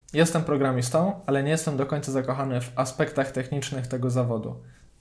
Jestem programistą, ale nie jestem do końca zakochany w aspektach technicznych tego zawodu.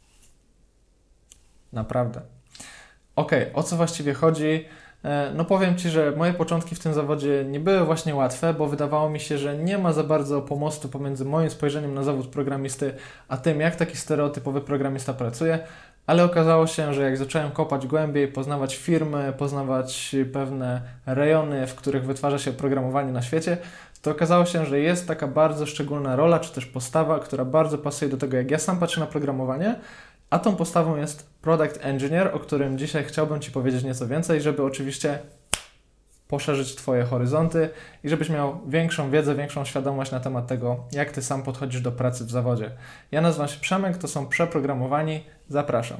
Naprawdę. Okej, o co właściwie chodzi? No powiem Ci, że moje początki w tym zawodzie nie były właśnie łatwe, bo wydawało mi się, że nie ma za bardzo pomostu pomiędzy moim spojrzeniem na zawód programisty, a tym, jak taki stereotypowy programista pracuje, ale okazało się, że jak zacząłem kopać głębiej, poznawać firmy, poznawać pewne rejony, w których wytwarza się oprogramowanie na świecie, to okazało się, że jest taka bardzo szczególna rola, czy też postawa, która bardzo pasuje do tego, jak ja sam patrzę na programowanie, a tą postawą jest Product Engineer, o którym dzisiaj chciałbym Ci powiedzieć nieco więcej, żeby oczywiście poszerzyć Twoje horyzonty i żebyś miał większą wiedzę, większą świadomość na temat tego, jak Ty sam podchodzisz do pracy w zawodzie. Ja nazywam się Przemek, to są Przeprogramowani. Zapraszam.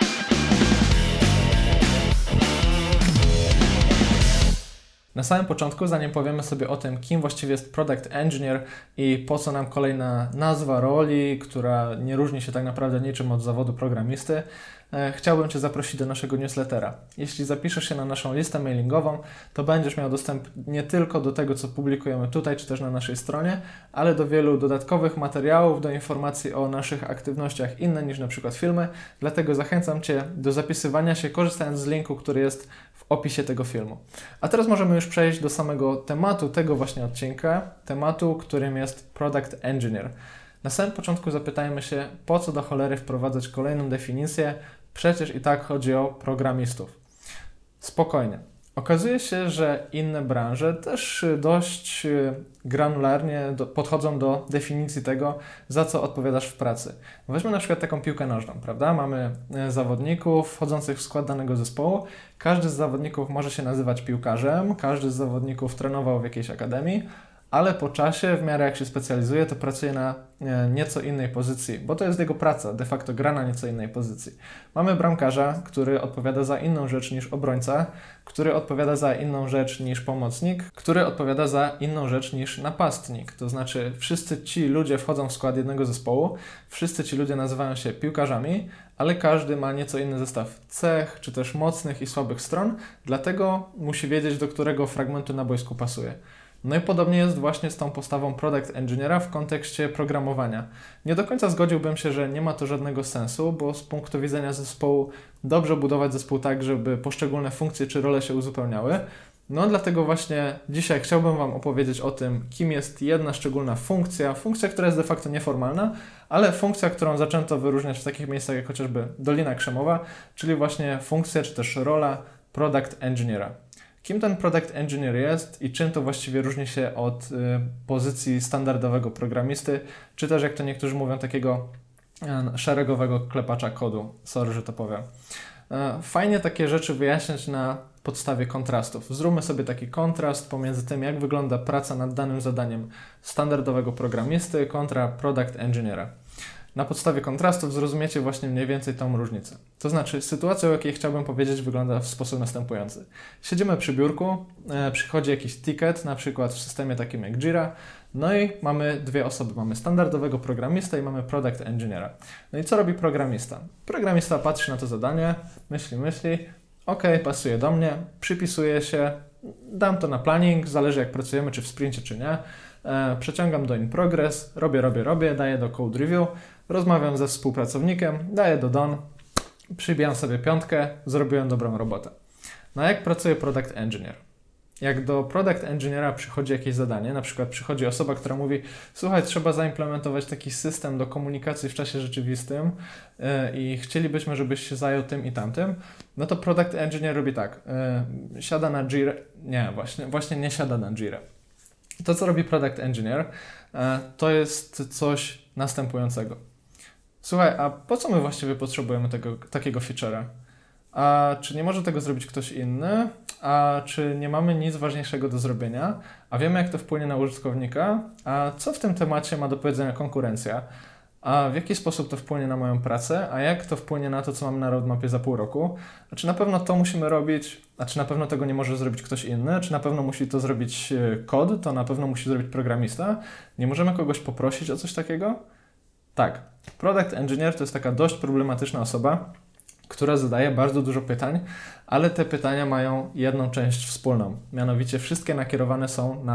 Na samym początku, zanim powiemy sobie o tym, kim właściwie jest Product Engineer i po co nam kolejna nazwa roli, która nie różni się tak naprawdę niczym od zawodu programisty, chciałbym Cię zaprosić do naszego newslettera. Jeśli zapiszesz się na naszą listę mailingową, to będziesz miał dostęp nie tylko do tego, co publikujemy tutaj, czy też na naszej stronie, ale do wielu dodatkowych materiałów, do informacji o naszych aktywnościach inne niż na przykład filmy. Dlatego zachęcam Cię do zapisywania się, korzystając z linku, który jest w opisie tego filmu. A teraz możemy już przejść do samego tematu tego właśnie odcinka, tematu, którym jest Product Engineer. Na samym początku zapytajmy się, po co do cholery wprowadzać kolejną definicję, przecież i tak chodzi o programistów. Spokojnie. Okazuje się, że inne branże też dość granularnie podchodzą do definicji tego, za co odpowiadasz w pracy. Weźmy na przykład taką piłkę nożną, prawda? Mamy zawodników wchodzących w skład danego zespołu. Każdy z zawodników może się nazywać piłkarzem, każdy z zawodników trenował w jakiejś akademii, ale po czasie, w miarę jak się specjalizuje, to pracuje na nieco innej pozycji, bo to jest jego praca, de facto gra na nieco innej pozycji. Mamy bramkarza, który odpowiada za inną rzecz niż obrońca, który odpowiada za inną rzecz niż pomocnik, który odpowiada za inną rzecz niż napastnik. To znaczy wszyscy ci ludzie wchodzą w skład jednego zespołu, wszyscy ci ludzie nazywają się piłkarzami, ale każdy ma nieco inny zestaw cech, czy też mocnych i słabych stron, dlatego musi wiedzieć, do którego fragmentu na boisku pasuje. No i podobnie jest właśnie z tą postawą Product Engineera w kontekście programowania. Nie do końca zgodziłbym się, że nie ma to żadnego sensu, bo z punktu widzenia zespołu dobrze budować zespół tak, żeby poszczególne funkcje czy role się uzupełniały. No dlatego właśnie dzisiaj chciałbym Wam opowiedzieć o tym, kim jest jedna szczególna funkcja, która jest de facto nieformalna, ale funkcja, którą zaczęto wyróżniać w takich miejscach jak chociażby Dolina Krzemowa, czyli właśnie funkcja czy też rola Product Engineera. Kim ten Product Engineer jest i czym to właściwie różni się od pozycji standardowego programisty, czy też, jak to niektórzy mówią, takiego szeregowego klepacza kodu. Sorry, że to powiem. Fajnie takie rzeczy wyjaśniać na podstawie kontrastów. Zróbmy sobie taki kontrast pomiędzy tym, jak wygląda praca nad danym zadaniem standardowego programisty kontra Product Engineera. Na podstawie kontrastów zrozumiecie właśnie mniej więcej tą różnicę. To znaczy, sytuacja, o jakiej chciałbym powiedzieć, wygląda w sposób następujący. Siedzimy przy biurku, przychodzi jakiś ticket, na przykład w systemie takim jak Jira, no i mamy dwie osoby. Mamy standardowego programistę i mamy Product Engineera. No i co robi programista? Programista patrzy na to zadanie, myśli, ok, pasuje do mnie, przypisuje się, dam to na planning, zależy jak pracujemy, czy w sprincie, czy nie. Przeciągam do in progress, robię, daję do code review, rozmawiam ze współpracownikiem, daję do done, przybijam sobie 5, zrobiłem dobrą robotę. No a jak pracuje Product Engineer? Jak do Product Engineera przychodzi jakieś zadanie, na przykład przychodzi osoba, która mówi: słuchaj, trzeba zaimplementować taki system do komunikacji w czasie rzeczywistym i chcielibyśmy, żebyś się zajął tym i tamtym, no to Product Engineer robi tak, siada na Jira, właśnie nie siada na Jira. To, co robi Product Engineer, to jest coś następującego. Słuchaj, a po co my właściwie potrzebujemy takiego feature'a? A czy nie może tego zrobić ktoś inny? A czy nie mamy nic ważniejszego do zrobienia? A wiemy, jak to wpłynie na użytkownika? A co w tym temacie ma do powiedzenia konkurencja? A w jaki sposób to wpłynie na moją pracę? A jak to wpłynie na to, co mam na roadmapie za pół roku? A czy na pewno to musimy robić? A czy na pewno tego nie może zrobić ktoś inny? Czy na pewno musi to zrobić kod? To na pewno musi zrobić programista? Nie możemy kogoś poprosić o coś takiego? Tak. Product Engineer to jest taka dość problematyczna osoba, która zadaje bardzo dużo pytań, ale te pytania mają jedną część wspólną. Mianowicie wszystkie nakierowane są na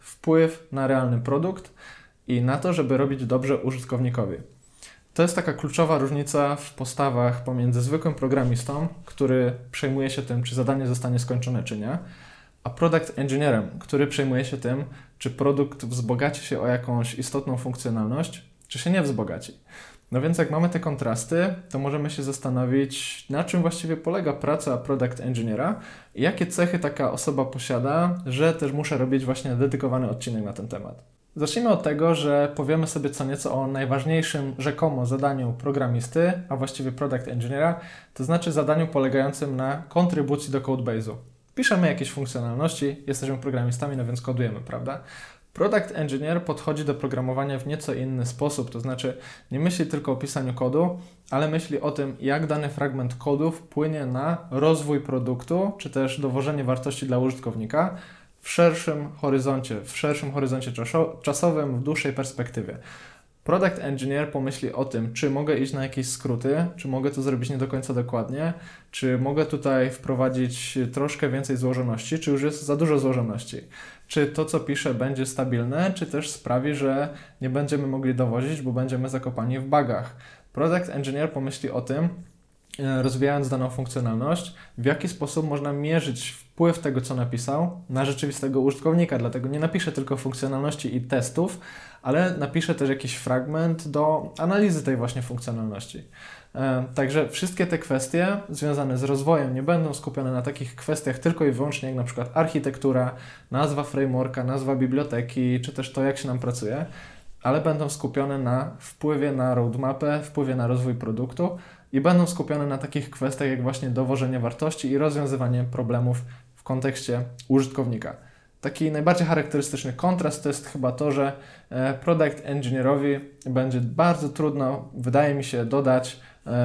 wpływ na realny produkt i na to, żeby robić dobrze użytkownikowi. To jest taka kluczowa różnica w postawach pomiędzy zwykłym programistą, który przejmuje się tym, czy zadanie zostanie skończone, czy nie, a product engineerem, który przejmuje się tym, czy produkt wzbogaci się o jakąś istotną funkcjonalność, czy się nie wzbogaci. No więc jak mamy te kontrasty, to możemy się zastanowić, na czym właściwie polega praca product engineera i jakie cechy taka osoba posiada, że też muszę robić właśnie dedykowany odcinek na ten temat. Zacznijmy od tego, że powiemy sobie co nieco o najważniejszym rzekomo zadaniu programisty, a właściwie product engineera, to znaczy zadaniu polegającym na kontrybucji do codebase'u. Piszemy jakieś funkcjonalności, jesteśmy programistami, no więc kodujemy, prawda? Product engineer podchodzi do programowania w nieco inny sposób, to znaczy nie myśli tylko o pisaniu kodu, ale myśli o tym, jak dany fragment kodu wpłynie na rozwój produktu, czy też dowożenie wartości dla użytkownika w szerszym horyzoncie czasowym, w dłuższej perspektywie. Product engineer pomyśli o tym, czy mogę iść na jakieś skróty, czy mogę to zrobić nie do końca dokładnie, czy mogę tutaj wprowadzić troszkę więcej złożoności, czy już jest za dużo złożoności. Czy to, co piszę, będzie stabilne, czy też sprawi, że nie będziemy mogli dowozić, bo będziemy zakopani w bugach. Product engineer pomyśli o tym, rozwijając daną funkcjonalność, w jaki sposób można mierzyć wpływ tego, co napisał, na rzeczywistego użytkownika. Dlatego nie napiszę tylko funkcjonalności i testów, ale napiszę też jakiś fragment do analizy tej właśnie funkcjonalności. Także wszystkie te kwestie związane z rozwojem nie będą skupione na takich kwestiach tylko i wyłącznie jak na przykład architektura, nazwa frameworka, nazwa biblioteki, czy też to, jak się nam pracuje, ale będą skupione na wpływie na roadmapę, wpływie na rozwój produktu i będą skupione na takich kwestiach jak właśnie dowożenie wartości i rozwiązywanie problemów w kontekście użytkownika. Taki najbardziej charakterystyczny kontrast to jest chyba to, że product engineerowi będzie bardzo trudno, wydaje mi się, dodać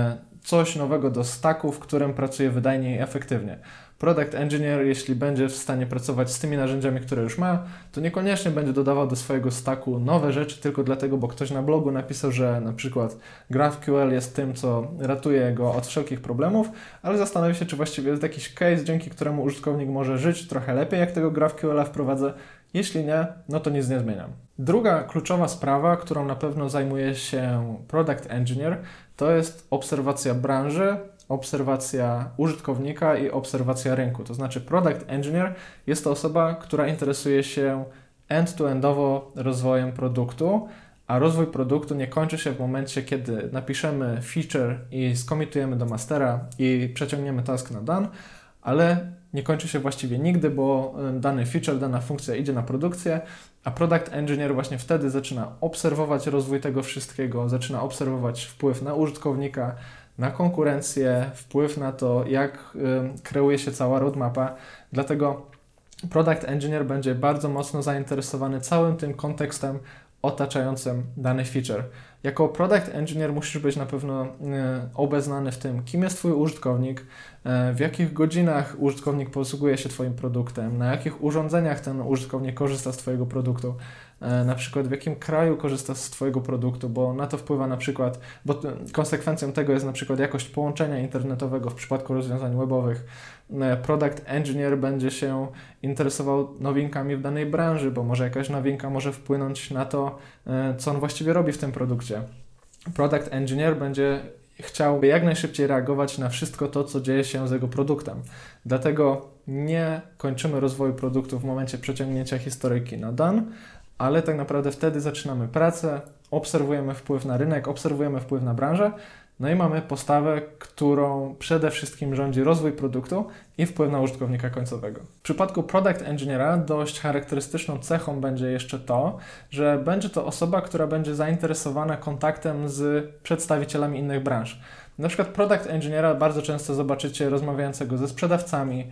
coś nowego do stacku, w którym pracuje wydajnie i efektywnie. Product engineer, jeśli będzie w stanie pracować z tymi narzędziami, które już ma, to niekoniecznie będzie dodawał do swojego stacku nowe rzeczy tylko dlatego, bo ktoś na blogu napisał, że na przykład GraphQL jest tym, co ratuje go od wszelkich problemów, ale zastanowi się, czy właściwie jest jakiś case, dzięki któremu użytkownik może żyć trochę lepiej, jak tego GraphQL-a wprowadzę. Jeśli nie, no to nic nie zmieniam. Druga kluczowa sprawa, którą na pewno zajmuje się product engineer, to jest obserwacja branży, obserwacja użytkownika i obserwacja rynku. To znaczy product engineer jest to osoba, która interesuje się end-to-endowo rozwojem produktu, a rozwój produktu nie kończy się w momencie, kiedy napiszemy feature i skomitujemy do mastera i przeciągniemy task na done, ale nie kończy się właściwie nigdy, bo dany feature, dana funkcja idzie na produkcję, a product engineer właśnie wtedy zaczyna obserwować rozwój tego wszystkiego, zaczyna obserwować wpływ na użytkownika, na konkurencję, wpływ na to, jak kreuje się cała roadmapa. Dlatego product engineer będzie bardzo mocno zainteresowany całym tym kontekstem otaczającym dany feature. Jako product engineer musisz być na pewno obeznany w tym, kim jest Twój użytkownik, w jakich godzinach użytkownik posługuje się Twoim produktem, na jakich urządzeniach ten użytkownik korzysta z Twojego produktu, na przykład w jakim kraju korzysta z Twojego produktu, bo na to wpływa na przykład, bo konsekwencją tego jest na przykład jakość połączenia internetowego w przypadku rozwiązań webowych. Product engineer będzie się interesował nowinkami w danej branży, bo może jakaś nowinka może wpłynąć na to, co on właściwie robi w tym produkcie. Product engineer będzie chciał jak najszybciej reagować na wszystko to, co dzieje się z jego produktem. Dlatego nie kończymy rozwoju produktu w momencie przeciągnięcia historyjki na done, ale tak naprawdę wtedy zaczynamy pracę, obserwujemy wpływ na rynek, obserwujemy wpływ na branżę, no i mamy postawę, którą przede wszystkim rządzi rozwój produktu i wpływ na użytkownika końcowego. W przypadku product engineera dość charakterystyczną cechą będzie jeszcze to, że będzie to osoba, która będzie zainteresowana kontaktem z przedstawicielami innych branż. Na przykład product engineera bardzo często zobaczycie rozmawiającego ze sprzedawcami,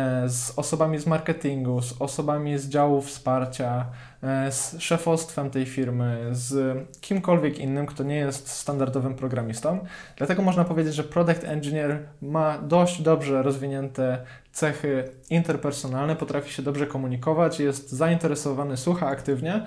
z osobami z marketingu, z osobami z działu wsparcia, z szefostwem tej firmy, z kimkolwiek innym, kto nie jest standardowym programistą. Dlatego można powiedzieć, że product engineer ma dość dobrze rozwinięte cechy interpersonalne, potrafi się dobrze komunikować, jest zainteresowany, słucha aktywnie,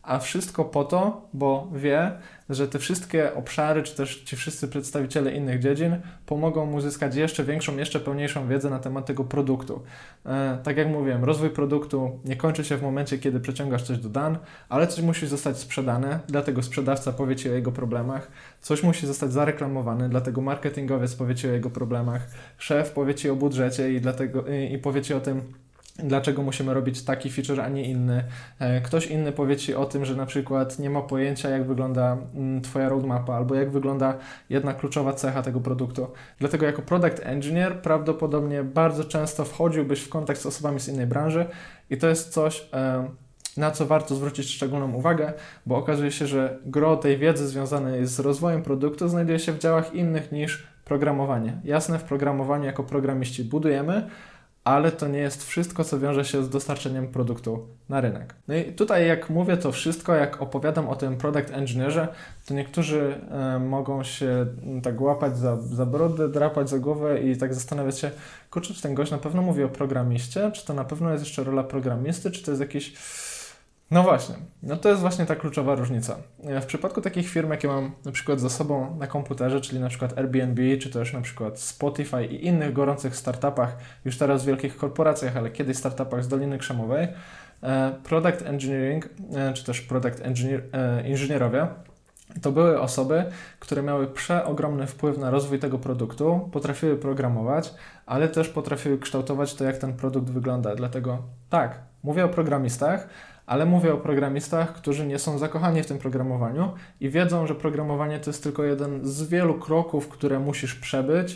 a wszystko po to, bo wie, że te wszystkie obszary, czy też ci wszyscy przedstawiciele innych dziedzin pomogą mu zyskać jeszcze większą, jeszcze pełniejszą wiedzę na temat tego produktu. Tak jak mówiłem, rozwój produktu nie kończy się w momencie, kiedy przeciągasz coś do dań, ale coś musi zostać sprzedane, dlatego sprzedawca powie Ci o jego problemach, coś musi zostać zareklamowane, dlatego marketingowiec powie Ci o jego problemach, szef powie Ci o budżecie i powie Ci o tym, dlaczego musimy robić taki feature, a nie inny. Ktoś inny powie Ci o tym, że na przykład nie ma pojęcia, jak wygląda Twoja roadmapa, albo jak wygląda jedna kluczowa cecha tego produktu. Dlatego jako product engineer prawdopodobnie bardzo często wchodziłbyś w kontakt z osobami z innej branży i to jest coś, na co warto zwrócić szczególną uwagę, bo okazuje się, że gro tej wiedzy związanej z rozwojem produktu znajduje się w działach innych niż programowanie. Jasne, w programowaniu jako programiści budujemy, ale to nie jest wszystko, co wiąże się z dostarczeniem produktu na rynek. No i tutaj jak mówię to wszystko, jak opowiadam o tym product engineerze, to niektórzy mogą się tak łapać za brodę, drapać za głowę i tak zastanawiać się, kurczę, czy ten gość na pewno mówi o programiście, czy to na pewno jest jeszcze rola programisty, czy to jest jakiś... No właśnie, no to jest właśnie ta kluczowa różnica. W przypadku takich firm, jakie mam na przykład za sobą na komputerze, czyli na przykład Airbnb, czy też na przykład Spotify i innych gorących startupach, już teraz w wielkich korporacjach, ale kiedyś startupach z Doliny Krzemowej, product engineering, czy też inżynierowie, to były osoby, które miały przeogromny wpływ na rozwój tego produktu, potrafiły programować, ale też potrafiły kształtować to, jak ten produkt wygląda. Dlatego tak, mówię o programistach, ale mówię o programistach, którzy nie są zakochani w tym programowaniu i wiedzą, że programowanie to jest tylko jeden z wielu kroków, które musisz przebyć,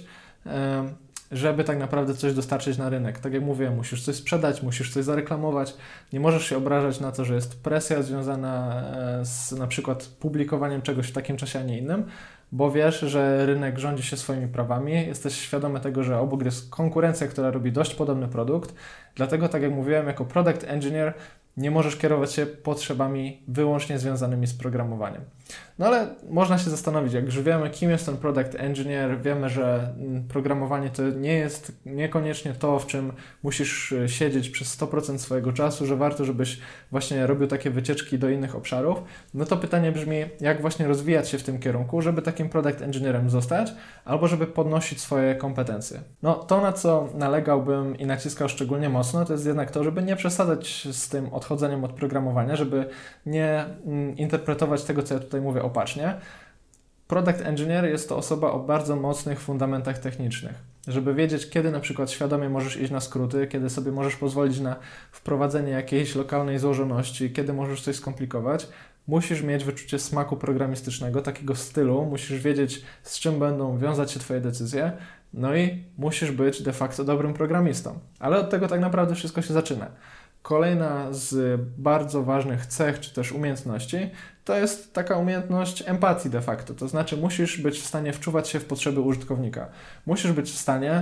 żeby tak naprawdę coś dostarczyć na rynek. Tak jak mówię, musisz coś sprzedać, musisz coś zareklamować, nie możesz się obrażać na to, że jest presja związana z na przykład publikowaniem czegoś w takim czasie, a nie innym, bo wiesz, że rynek rządzi się swoimi prawami, jesteś świadomy tego, że obok jest konkurencja, która robi dość podobny produkt, dlatego tak jak mówiłem, jako product engineer nie możesz kierować się potrzebami wyłącznie związanymi z programowaniem. No ale można się zastanowić, jak już wiemy, kim jest ten product engineer, wiemy, że programowanie to nie jest niekoniecznie to, w czym musisz siedzieć przez 100% swojego czasu, że warto, żebyś właśnie robił takie wycieczki do innych obszarów, no to pytanie brzmi, jak właśnie rozwijać się w tym kierunku, żeby takim product engineerem zostać, albo żeby podnosić swoje kompetencje. No to, na co nalegałbym i naciskał szczególnie mocno, to jest jednak to, żeby nie przesadzać z tym odchodzeniem od programowania, żeby nie interpretować tego, co ja tutaj mówię, opacznie. Product engineer jest to osoba o bardzo mocnych fundamentach technicznych. Żeby wiedzieć, kiedy na przykład świadomie możesz iść na skróty, kiedy sobie możesz pozwolić na wprowadzenie jakiejś lokalnej złożoności, kiedy możesz coś skomplikować, musisz mieć wyczucie smaku programistycznego, takiego stylu, musisz wiedzieć, z czym będą wiązać się Twoje decyzje, no i musisz być de facto dobrym programistą. Ale od tego tak naprawdę wszystko się zaczyna. Kolejna z bardzo ważnych cech, czy też umiejętności, to jest taka umiejętność empatii de facto. To znaczy musisz być w stanie wczuwać się w potrzeby użytkownika. Musisz być w stanie,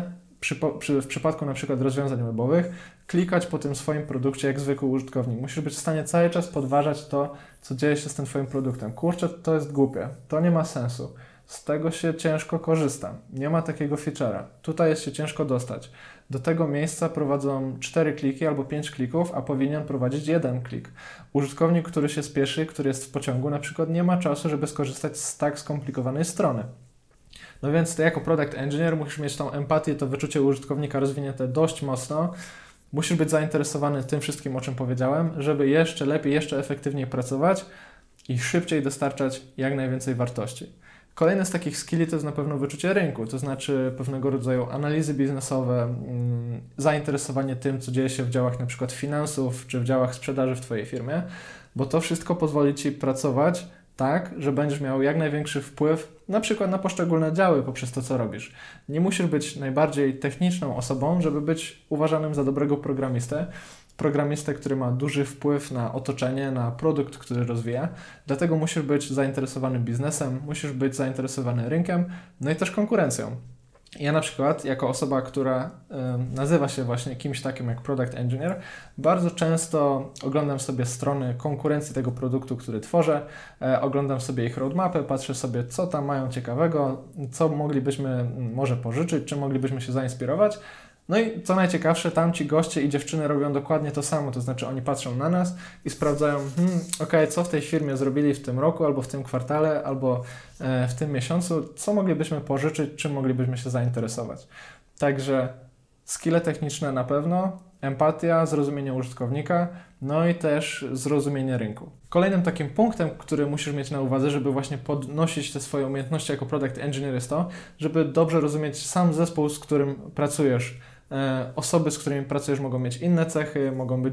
w przypadku na przykład rozwiązań webowych, klikać po tym swoim produkcie jak zwykły użytkownik. Musisz być w stanie cały czas podważać to, co dzieje się z tym Twoim produktem. Kurczę, to jest głupie, to nie ma sensu. Z tego się ciężko korzysta. Nie ma takiego feature'a. Tutaj jest się ciężko dostać. Do tego miejsca prowadzą 4 kliki albo 5 klików, a powinien prowadzić 1 klik. Użytkownik, który się spieszy, który jest w pociągu, na przykład nie ma czasu, żeby skorzystać z tak skomplikowanej strony. No więc ty jako product engineer musisz mieć tą empatię, to wyczucie użytkownika rozwinięte dość mocno. Musisz być zainteresowany tym wszystkim, o czym powiedziałem, żeby jeszcze lepiej, jeszcze efektywniej pracować i szybciej dostarczać jak najwięcej wartości. Kolejne z takich skilli to jest na pewno wyczucie rynku, to znaczy pewnego rodzaju analizy biznesowe, zainteresowanie tym, co dzieje się w działach na przykład finansów czy w działach sprzedaży w Twojej firmie, bo to wszystko pozwoli Ci pracować tak, że będziesz miał jak największy wpływ na przykład na poszczególne działy poprzez to, co robisz. Nie musisz być najbardziej techniczną osobą, żeby być uważanym za dobrego programistę, który ma duży wpływ na otoczenie, na produkt, który rozwija. Dlatego musisz być zainteresowany biznesem, musisz być zainteresowany rynkiem, no i też konkurencją. Ja na przykład, jako osoba, która nazywa się właśnie kimś takim jak Product Engineer, bardzo często oglądam sobie strony konkurencji tego produktu, który tworzę, oglądam sobie ich roadmapy, patrzę sobie, co tam mają ciekawego, co moglibyśmy może pożyczyć, czy moglibyśmy się zainspirować, No i co najciekawsze, tamci goście i dziewczyny robią dokładnie to samo, to znaczy oni patrzą na nas i sprawdzają, co w tej firmie zrobili w tym roku, albo w tym kwartale, albo w tym miesiącu, co moglibyśmy pożyczyć, czym moglibyśmy się zainteresować. Także skille techniczne na pewno, empatia, zrozumienie użytkownika, no i też zrozumienie rynku. Kolejnym takim punktem, który musisz mieć na uwadze, żeby właśnie podnosić te swoje umiejętności jako product engineer, jest to, żeby dobrze rozumieć sam zespół, z którym pracujesz. Osoby, z którymi pracujesz, mogą mieć inne cechy,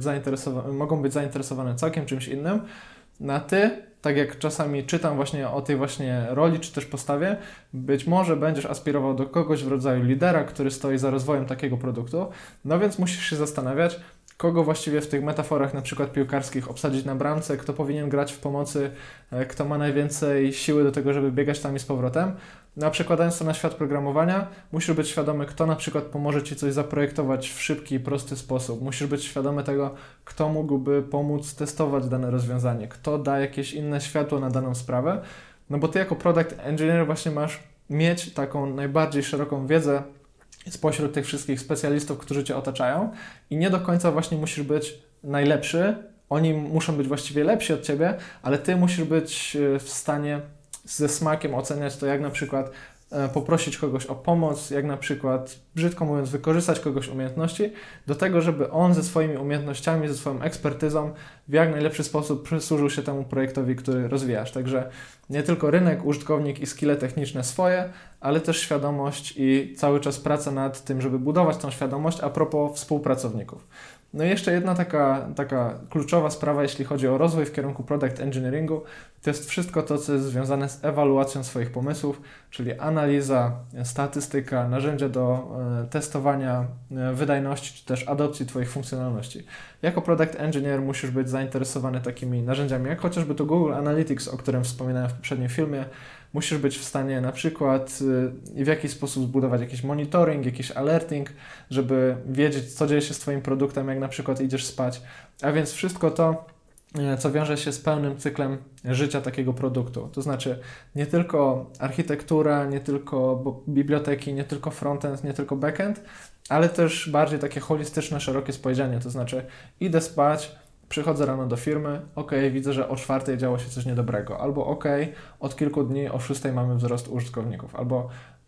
mogą być zainteresowane całkiem czymś innym. Na ty, tak jak czasami czytam właśnie o tej właśnie roli, czy też postawie, być może będziesz aspirował do kogoś w rodzaju lidera, który stoi za rozwojem takiego produktu, no więc musisz się zastanawiać, kogo właściwie w tych metaforach na przykład piłkarskich obsadzić na bramce, kto powinien grać w pomocy, kto ma najwięcej siły do tego, żeby biegać tam i z powrotem. No a przekładając to na świat programowania, musisz być świadomy, kto na przykład pomoże Ci coś zaprojektować w szybki i prosty sposób. Musisz być świadomy tego, kto mógłby pomóc testować dane rozwiązanie, kto da jakieś inne światło na daną sprawę. No bo Ty jako product engineer właśnie masz mieć taką najbardziej szeroką wiedzę spośród tych wszystkich specjalistów, którzy Cię otaczają i nie do końca właśnie musisz być najlepszy. Oni muszą być właściwie lepsi od Ciebie, ale Ty musisz być w stanie ze smakiem oceniać to, jak na przykład poprosić kogoś o pomoc, jak na przykład, brzydko mówiąc, wykorzystać kogoś umiejętności do tego, żeby on ze swoimi umiejętnościami, ze swoją ekspertyzą w jak najlepszy sposób przysłużył się temu projektowi, który rozwijasz. Także nie tylko rynek, użytkownik i skille techniczne swoje, ale też świadomość i cały czas praca nad tym, żeby budować tą świadomość a propos współpracowników. No i jeszcze jedna taka kluczowa sprawa, jeśli chodzi o rozwój w kierunku product engineeringu, to jest wszystko to, co jest związane z ewaluacją swoich pomysłów, czyli analiza, statystyka, narzędzia do testowania wydajności, czy też adopcji Twoich funkcjonalności. Jako product engineer musisz być zainteresowany takimi narzędziami, jak chociażby to Google Analytics, o którym wspominałem w poprzednim filmie. Musisz być w stanie na przykład w jakiś sposób zbudować jakiś monitoring, jakiś alerting, żeby wiedzieć, co dzieje się z Twoim produktem, jak na przykład idziesz spać. A więc wszystko to, co wiąże się z pełnym cyklem życia takiego produktu. To znaczy nie tylko architektura, nie tylko biblioteki, nie tylko frontend, nie tylko backend, ale też bardziej takie holistyczne, szerokie spojrzenie. To znaczy idę spać, przychodzę rano do firmy, widzę, że o 4:00 działo się coś niedobrego, albo od kilku dni o 6:00 mamy wzrost użytkowników, albo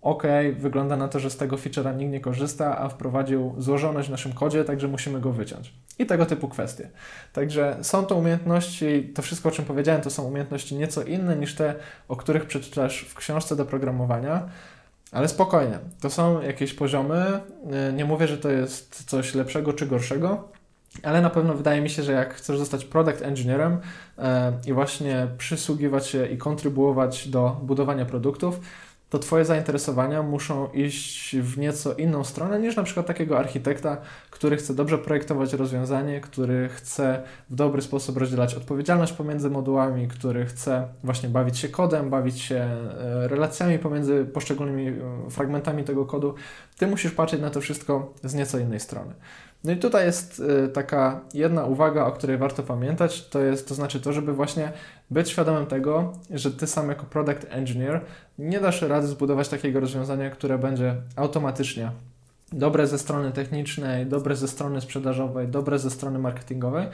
wygląda na to, że z tego feature'a nikt nie korzysta, a wprowadził złożoność w naszym kodzie, także musimy go wyciąć. I tego typu kwestie. Także są to umiejętności, to wszystko, o czym powiedziałem, to są umiejętności nieco inne niż te, o których przeczytasz w książce do programowania, ale spokojnie, to są jakieś poziomy, nie mówię, że to jest coś lepszego czy gorszego, ale na pewno wydaje mi się, że jak chcesz zostać product engineerem i właśnie przysługiwać się i kontrybuować do budowania produktów, to Twoje zainteresowania muszą iść w nieco inną stronę niż na przykład takiego architekta, który chce dobrze projektować rozwiązanie, który chce w dobry sposób rozdzielać odpowiedzialność pomiędzy modułami, który chce właśnie bawić się kodem, bawić się relacjami pomiędzy poszczególnymi fragmentami tego kodu. Ty musisz patrzeć na to wszystko z nieco innej strony. No i tutaj jest taka jedna uwaga, o której warto pamiętać, to znaczy to, żeby właśnie być świadomym tego, że Ty sam jako product engineer nie dasz rady zbudować takiego rozwiązania, które będzie automatycznie dobre ze strony technicznej, dobre ze strony sprzedażowej, dobre ze strony marketingowej.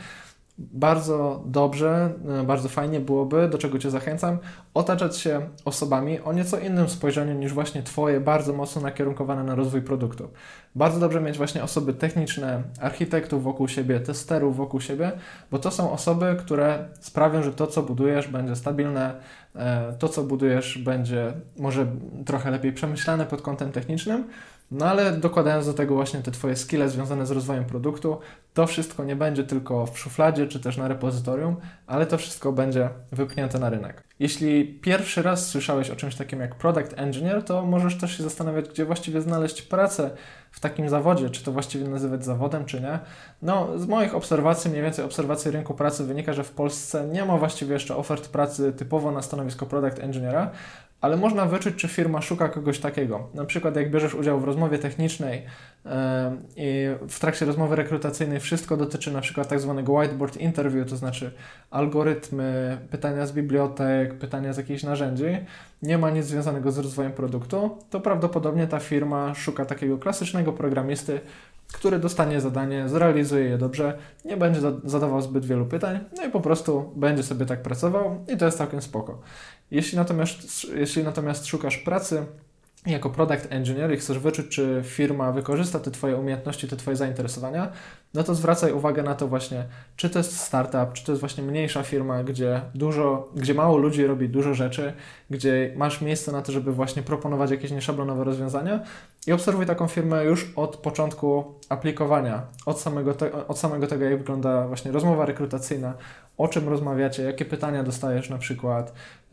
Bardzo dobrze, bardzo fajnie byłoby, do czego Cię zachęcam, otaczać się osobami o nieco innym spojrzeniu niż właśnie Twoje, bardzo mocno nakierunkowane na rozwój produktu. Bardzo dobrze mieć właśnie osoby techniczne, architektów wokół siebie, testerów wokół siebie, bo to są osoby, które sprawią, że to, co budujesz, będzie stabilne, to, co budujesz, będzie może trochę lepiej przemyślane pod kątem technicznym, no ale dokładając do tego właśnie te Twoje skille związane z rozwojem produktu, to wszystko nie będzie tylko w szufladzie czy też na repozytorium, ale to wszystko będzie wypchnięte na rynek. Jeśli pierwszy raz słyszałeś o czymś takim jak product engineer, to możesz też się zastanawiać, gdzie właściwie znaleźć pracę w takim zawodzie, czy to właściwie nazywać zawodem, czy nie. No, z moich obserwacji, mniej więcej obserwacji rynku pracy wynika, że w Polsce nie ma właściwie jeszcze ofert pracy typowo na stanowisko product engineera, ale można wyczuć, czy firma szuka kogoś takiego. Na przykład jak bierzesz udział w rozmowie technicznej i w trakcie rozmowy rekrutacyjnej wszystko dotyczy na przykład tak zwanego whiteboard interview, to znaczy algorytmy, pytania z bibliotek, pytania z jakichś narzędzi, nie ma nic związanego z rozwojem produktu, to prawdopodobnie ta firma szuka takiego klasycznego programisty, który dostanie zadanie, zrealizuje je dobrze, nie będzie zadawał zbyt wielu pytań, no i po prostu będzie sobie tak pracował i to jest całkiem spoko. Jeśli natomiast szukasz pracy jako product engineer i chcesz wyczuć, czy firma wykorzysta te Twoje umiejętności, te Twoje zainteresowania, no to zwracaj uwagę na to właśnie, czy to jest startup, czy to jest właśnie mniejsza firma, gdzie mało ludzi robi dużo rzeczy, gdzie masz miejsce na to, żeby właśnie proponować jakieś nieszablonowe rozwiązania i obserwuj taką firmę już od początku aplikowania, od samego tego, jak wygląda właśnie rozmowa rekrutacyjna, o czym rozmawiacie, jakie pytania dostajesz na przykład,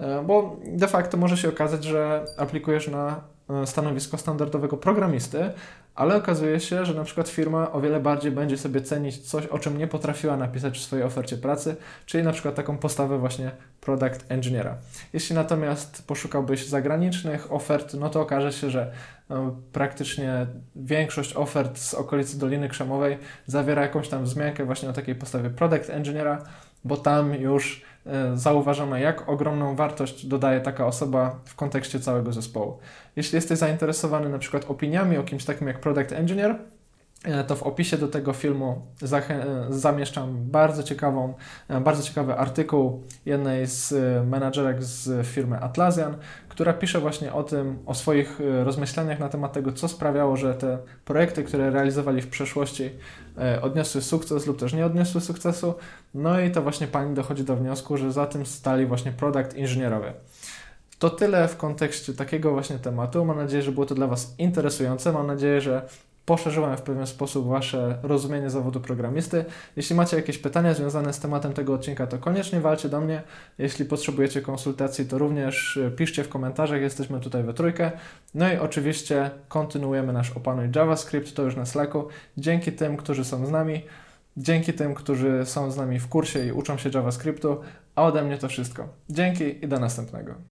bo de facto może się okazać, że aplikujesz na stanowisko standardowego programisty, ale okazuje się, że na przykład firma o wiele bardziej będzie sobie cenić coś, o czym nie potrafiła napisać w swojej ofercie pracy, czyli na przykład taką postawę właśnie product engineera. Jeśli natomiast poszukałbyś zagranicznych ofert, no to okaże się, że praktycznie większość ofert z okolicy Doliny Krzemowej zawiera jakąś tam wzmiankę właśnie o takiej postawie product engineera, bo tam już zauważono, jak ogromną wartość dodaje taka osoba w kontekście całego zespołu. Jeśli jesteś zainteresowany na przykład opiniami o kimś takim jak product engineer, to w opisie do tego filmu zamieszczam bardzo ciekawy artykuł jednej z menadżerek z firmy Atlassian, która pisze właśnie o swoich rozmyślaniach na temat tego, co sprawiało, że te projekty, które realizowali w przeszłości, odniosły sukces lub też nie odniosły sukcesu. No i to właśnie pani dochodzi do wniosku, że za tym stali właśnie product inżynierowie. To tyle w kontekście takiego właśnie tematu. Mam nadzieję, że było to dla Was interesujące. Mam nadzieję, że poszerzyłem w pewien sposób Wasze rozumienie zawodu programisty. Jeśli macie jakieś pytania związane z tematem tego odcinka, to koniecznie walcie do mnie. Jeśli potrzebujecie konsultacji, to również piszcie w komentarzach, jesteśmy tutaj we trójkę. No i oczywiście kontynuujemy nasz Opanuj JavaScript, to już na Slacku. Dzięki tym, którzy są z nami, dzięki tym, którzy są z nami w kursie i uczą się JavaScriptu, a ode mnie to wszystko. Dzięki i do następnego.